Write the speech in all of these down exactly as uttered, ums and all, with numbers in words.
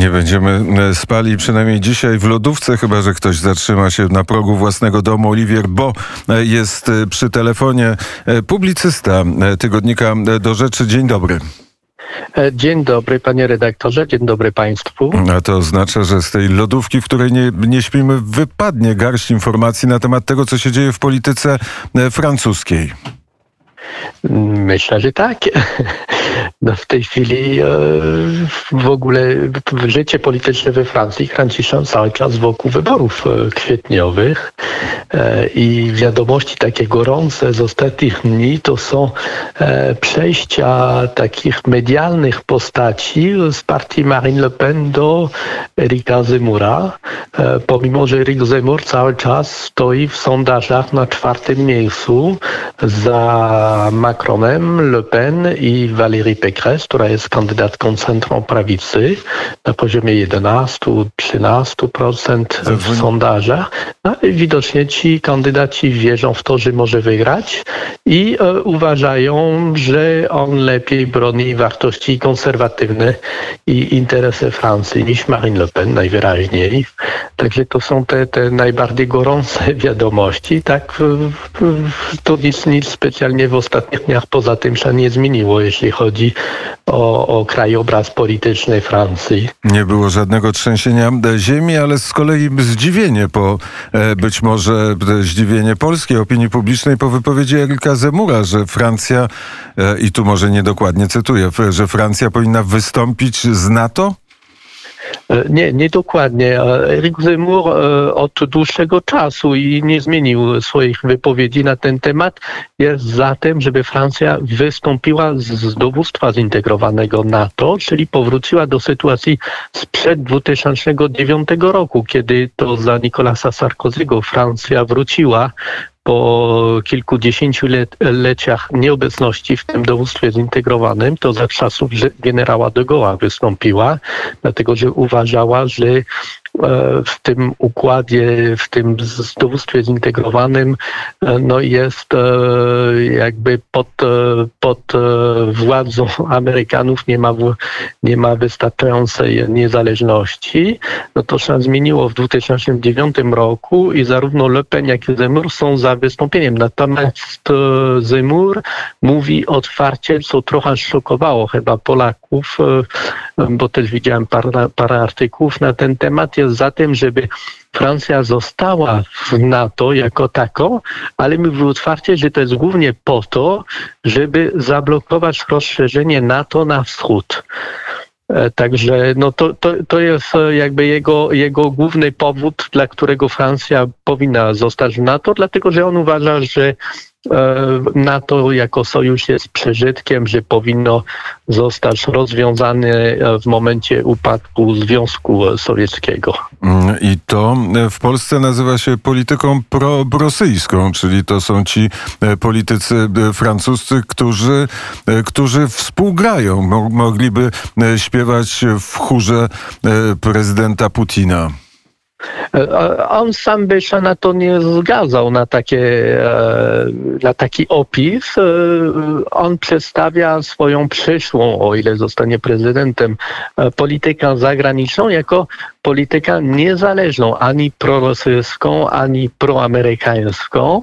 Nie będziemy spali przynajmniej dzisiaj w lodówce, chyba że ktoś zatrzyma się na progu własnego domu. Olivier Bo jest przy telefonie, publicysta tygodnika Do Rzeczy. Dzień dobry. Dzień dobry, panie redaktorze, dzień dobry państwu. A to oznacza, że z tej lodówki, w której nie, nie śpimy, wypadnie garść informacji na temat tego, co się dzieje w polityce francuskiej. Myślę, że tak. No w tej chwili e, w ogóle życie polityczne we Francji kręci się cały czas wokół wyborów e, kwietniowych e, i wiadomości takie gorące z ostatnich dni to są e, przejścia takich medialnych postaci z partii Marine Le Pen do Erika Zemmoura, e, pomimo że Erik Zemmour cały czas stoi w sondażach na czwartym miejscu za Macronem, Le Pen i Valérie Pécresse, która jest kandydatką centrum prawicy na poziomie jedenaście do trzynastu procent w sondażach. No i widocznie ci kandydaci wierzą w to, że może wygrać i e, uważają, że on lepiej broni wartości konserwatywne i interesy Francji niż Marine Le Pen najwyraźniej. Także to są te, te najbardziej gorące wiadomości. Tak, to nic, nic specjalnie w ostatnich dniach poza tym się nie zmieniło, jeśli chodzi o, o krajobraz polityczny Francji. Nie było żadnego trzęsienia ziemi, ale z kolei zdziwienie po, być może zdziwienie polskiej opinii publicznej po wypowiedzi Erika Zemmoura, że Francja, i tu może niedokładnie cytuję, że Francja powinna wystąpić z NATO? Nie, nie dokładnie. Erik Zemmour od dłuższego czasu i nie zmienił swoich wypowiedzi na ten temat. Jest za tym, żeby Francja wystąpiła z dowództwa zintegrowanego NATO, czyli powróciła do sytuacji sprzed dwa tysiące dziewiątego roku, kiedy to za Nicolasa Sarkozy'ego Francja wróciła po kilkudziesięciu let, leciach nieobecności w tym dowództwie zintegrowanym, to za czasów generała de Gaulle'a wystąpiła, dlatego że uważała, że w tym układzie, w tym dowództwie zintegrowanym no jest jakby pod, pod władzą Amerykanów nie ma, nie ma wystarczającej niezależności. No to się zmieniło w dwa tysiące dziewiątym roku i zarówno Le Pen, jak i Zemmour są za wystąpieniem. Natomiast Zemmour mówi otwarcie, co trochę szokowało chyba Polaków, bo też widziałem parę, parę artykułów na ten temat, jest za tym, żeby Francja została w NATO jako taką, ale mówił otwarcie, że to jest głównie po to, żeby zablokować rozszerzenie NATO na wschód. Także no to, to, to jest jakby jego, jego główny powód, dla którego Francja powinna zostać w NATO, dlatego że on uważa, że NATO jako sojusz jest przeżytkiem, że powinno zostać rozwiązane w momencie upadku Związku Sowieckiego. I to w Polsce nazywa się polityką pro-rosyjską, czyli to są ci politycy francuscy, którzy, którzy współgrają, mogliby śpiewać w chórze prezydenta Putina. On sam by się na to nie zgadzał, na, takie, na taki opis. On przedstawia swoją przyszłą, o ile zostanie prezydentem, politykę zagraniczną jako politykę niezależną, ani prorosyjską, ani proamerykańską.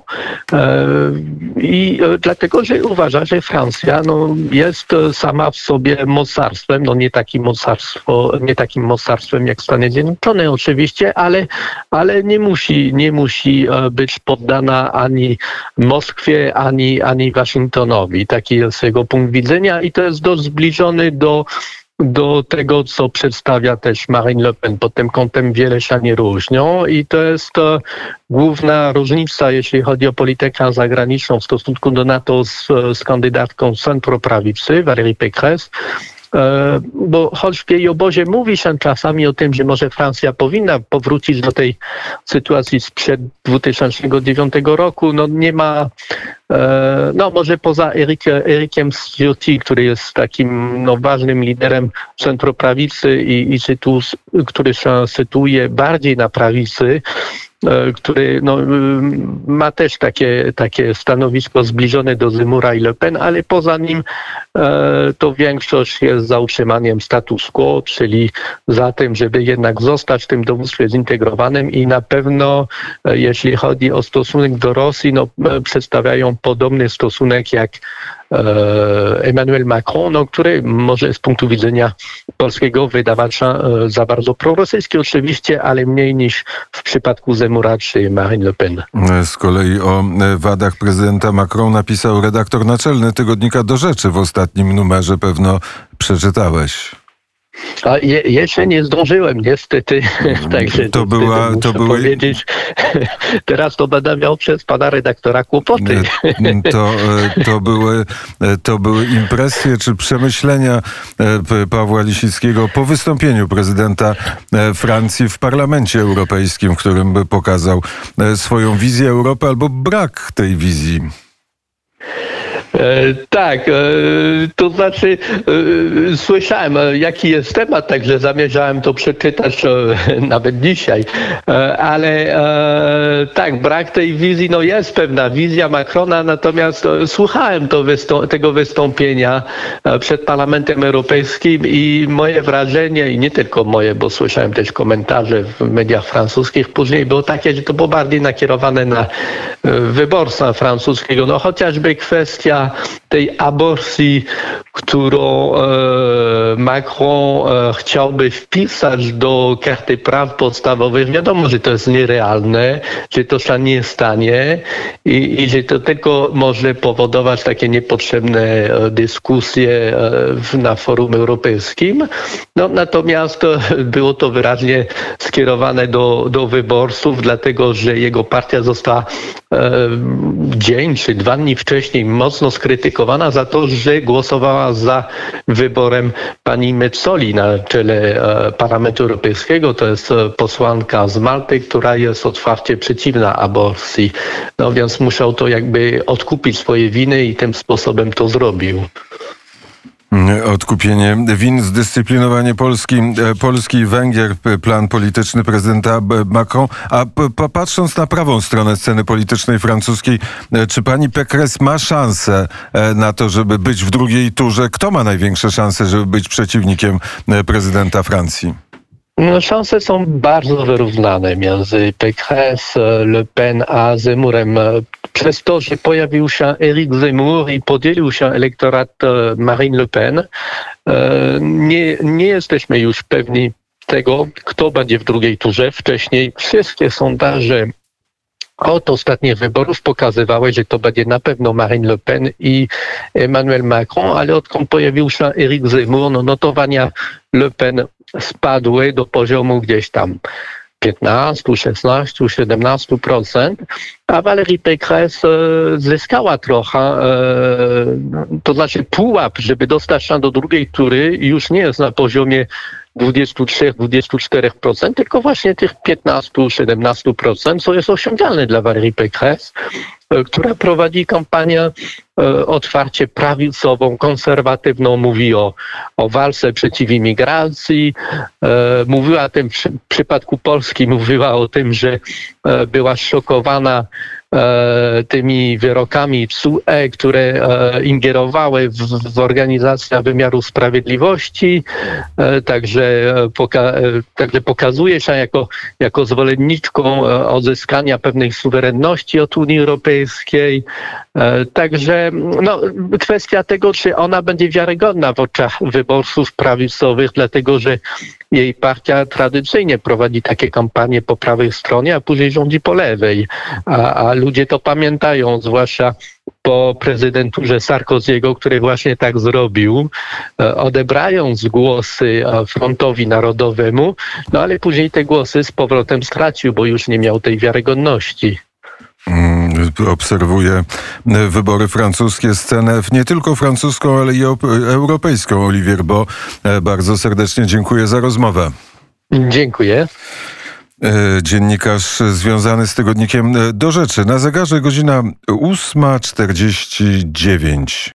I dlatego, że uważa, że Francja no, jest sama w sobie mocarstwem, no nie takim mocarstwo, nie takim mocarstwem jak Stany Zjednoczone oczywiście, ale, ale nie musi, nie musi być poddana ani Moskwie, ani, ani Waszyngtonowi. Taki jest jego punkt widzenia i to jest dość zbliżony do do tego, co przedstawia też Marine Le Pen. Pod tym kątem wiele się nie różnią i to jest to główna różnica, jeśli chodzi o politykę zagraniczną w stosunku do NATO z, z kandydatką centroprawicy, Valérie Pécresse. Bo choć w jej obozie mówi się czasami o tym, że może Francja powinna powrócić do tej sytuacji sprzed dwa tysiące dziewiątego roku, no nie ma, no może poza Erik, Erikiem Ciotti, który jest takim no, ważnym liderem centroprawicy i, i sytu, który się sytuuje bardziej na prawicy, który no, ma też takie, takie stanowisko zbliżone do Zemmoura i Le Pen, ale poza nim to większość jest za utrzymaniem status quo, czyli za tym, żeby jednak zostać w tym dowództwie zintegrowanym i na pewno jeśli chodzi o stosunek do Rosji, no, przedstawiają podobny stosunek jak Emmanuel Macron, no, który może z punktu widzenia polskiego wydawać się za bardzo prorosyjski oczywiście, ale mniej niż w przypadku Zemmoura czy Marine Le Pen. Z kolei o wadach prezydenta Macron napisał redaktor naczelny tygodnika Do Rzeczy w ostatnim numerze, pewno przeczytałeś. A je, jeszcze nie zdążyłem niestety, także to była, muszę to były... powiedzieć, teraz to będę miał przez pana redaktora kłopoty. To, to, były, to były impresje czy przemyślenia Pawła Lisickiego po wystąpieniu prezydenta Francji w Parlamencie Europejskim, w którym by pokazał swoją wizję Europy albo brak tej wizji. E, tak, e, to znaczy e, słyszałem, jaki jest temat, także zamierzałem to przeczytać e, nawet dzisiaj, e, ale e, tak, brak tej wizji, no jest pewna wizja Macrona, natomiast e, słuchałem to wystą- tego wystąpienia e, przed Parlamentem Europejskim i moje wrażenie, i nie tylko moje, bo słyszałem też komentarze w mediach francuskich później, było takie, że to było bardziej nakierowane na e, wyborcę francuskiego, no chociażby kwestia tej aborcji, którą e, Macron e, chciałby wpisać do karty praw podstawowych. Wiadomo, że to jest nierealne, że to się nie stanie i, i że to tylko może powodować takie niepotrzebne e, dyskusje e, w, na forum europejskim. No, natomiast e, było to wyraźnie skierowane do, do wyborców, dlatego że jego partia została e, dzień czy dwa dni wcześniej mocno skrytykowana za to, że głosowała za wyborem pani Mezzoli na czele Parlamentu Europejskiego. To jest posłanka z Malty, która jest otwarcie przeciwna aborcji. No więc musiał to jakby odkupić swoje winy i tym sposobem to zrobił. Odkupienie win, zdyscyplinowanie Polski, Polski i Węgier, plan polityczny prezydenta Macron. A p- patrząc na prawą stronę sceny politycznej francuskiej, czy pani Pécresse ma szansę na to, żeby być w drugiej turze? Kto ma największe szanse, żeby być przeciwnikiem prezydenta Francji? No, szanse są bardzo wyrównane między Pécresse, Le Pen a Zemmourem. Przez to, że pojawił się Éric Zemmour i podzielił się elektorat Marine Le Pen, nie, nie jesteśmy już pewni tego, kto będzie w drugiej turze. Wcześniej wszystkie sondaże od ostatnich wyborów pokazywały, że to będzie na pewno Marine Le Pen i Emmanuel Macron, ale odkąd pojawił się Éric Zemmour, no notowania Le Pen spadły do poziomu gdzieś tam piętnaście, szesnaście, siedemnaście procent, a Valérie Pécresse zyskała trochę, to znaczy pułap, żeby dostać się do drugiej tury już nie jest na poziomie dwadzieścia trzy do dwudziestu czterech procent, tylko właśnie tych piętnaście do siedemnastu procent, co jest osiągalne dla Valérie Pécresse, która prowadzi kampanię otwarcie prawicową, konserwatywną, mówi o, o walce przeciw imigracji, mówiła o tym w przypadku Polski, mówiła o tym, że była szokowana tymi wyrokami T S U E, które ingerowały w, w organizację wymiaru sprawiedliwości, także, poka, także pokazuje się jako, jako zwolenniczką odzyskania pewnej suwerenności od Unii Europejskiej. Także no, kwestia tego, czy ona będzie wiarygodna w oczach wyborców prawicowych, dlatego że jej partia tradycyjnie prowadzi takie kampanie po prawej stronie, a później rządzi po lewej. A, a ludzie to pamiętają, zwłaszcza po prezydenturze Sarkoziego, który właśnie tak zrobił, odebrając głosy Frontowi Narodowemu, no ale później te głosy z powrotem stracił, bo już nie miał tej wiarygodności. Obserwuję wybory francuskie, scenę nie tylko francuską, ale i europejską. Olivier Bo, bardzo serdecznie dziękuję za rozmowę. Dziękuję. Dziennikarz związany z tygodnikiem Do Rzeczy. Na zegarze godzina ósma czterdzieści dziewięć.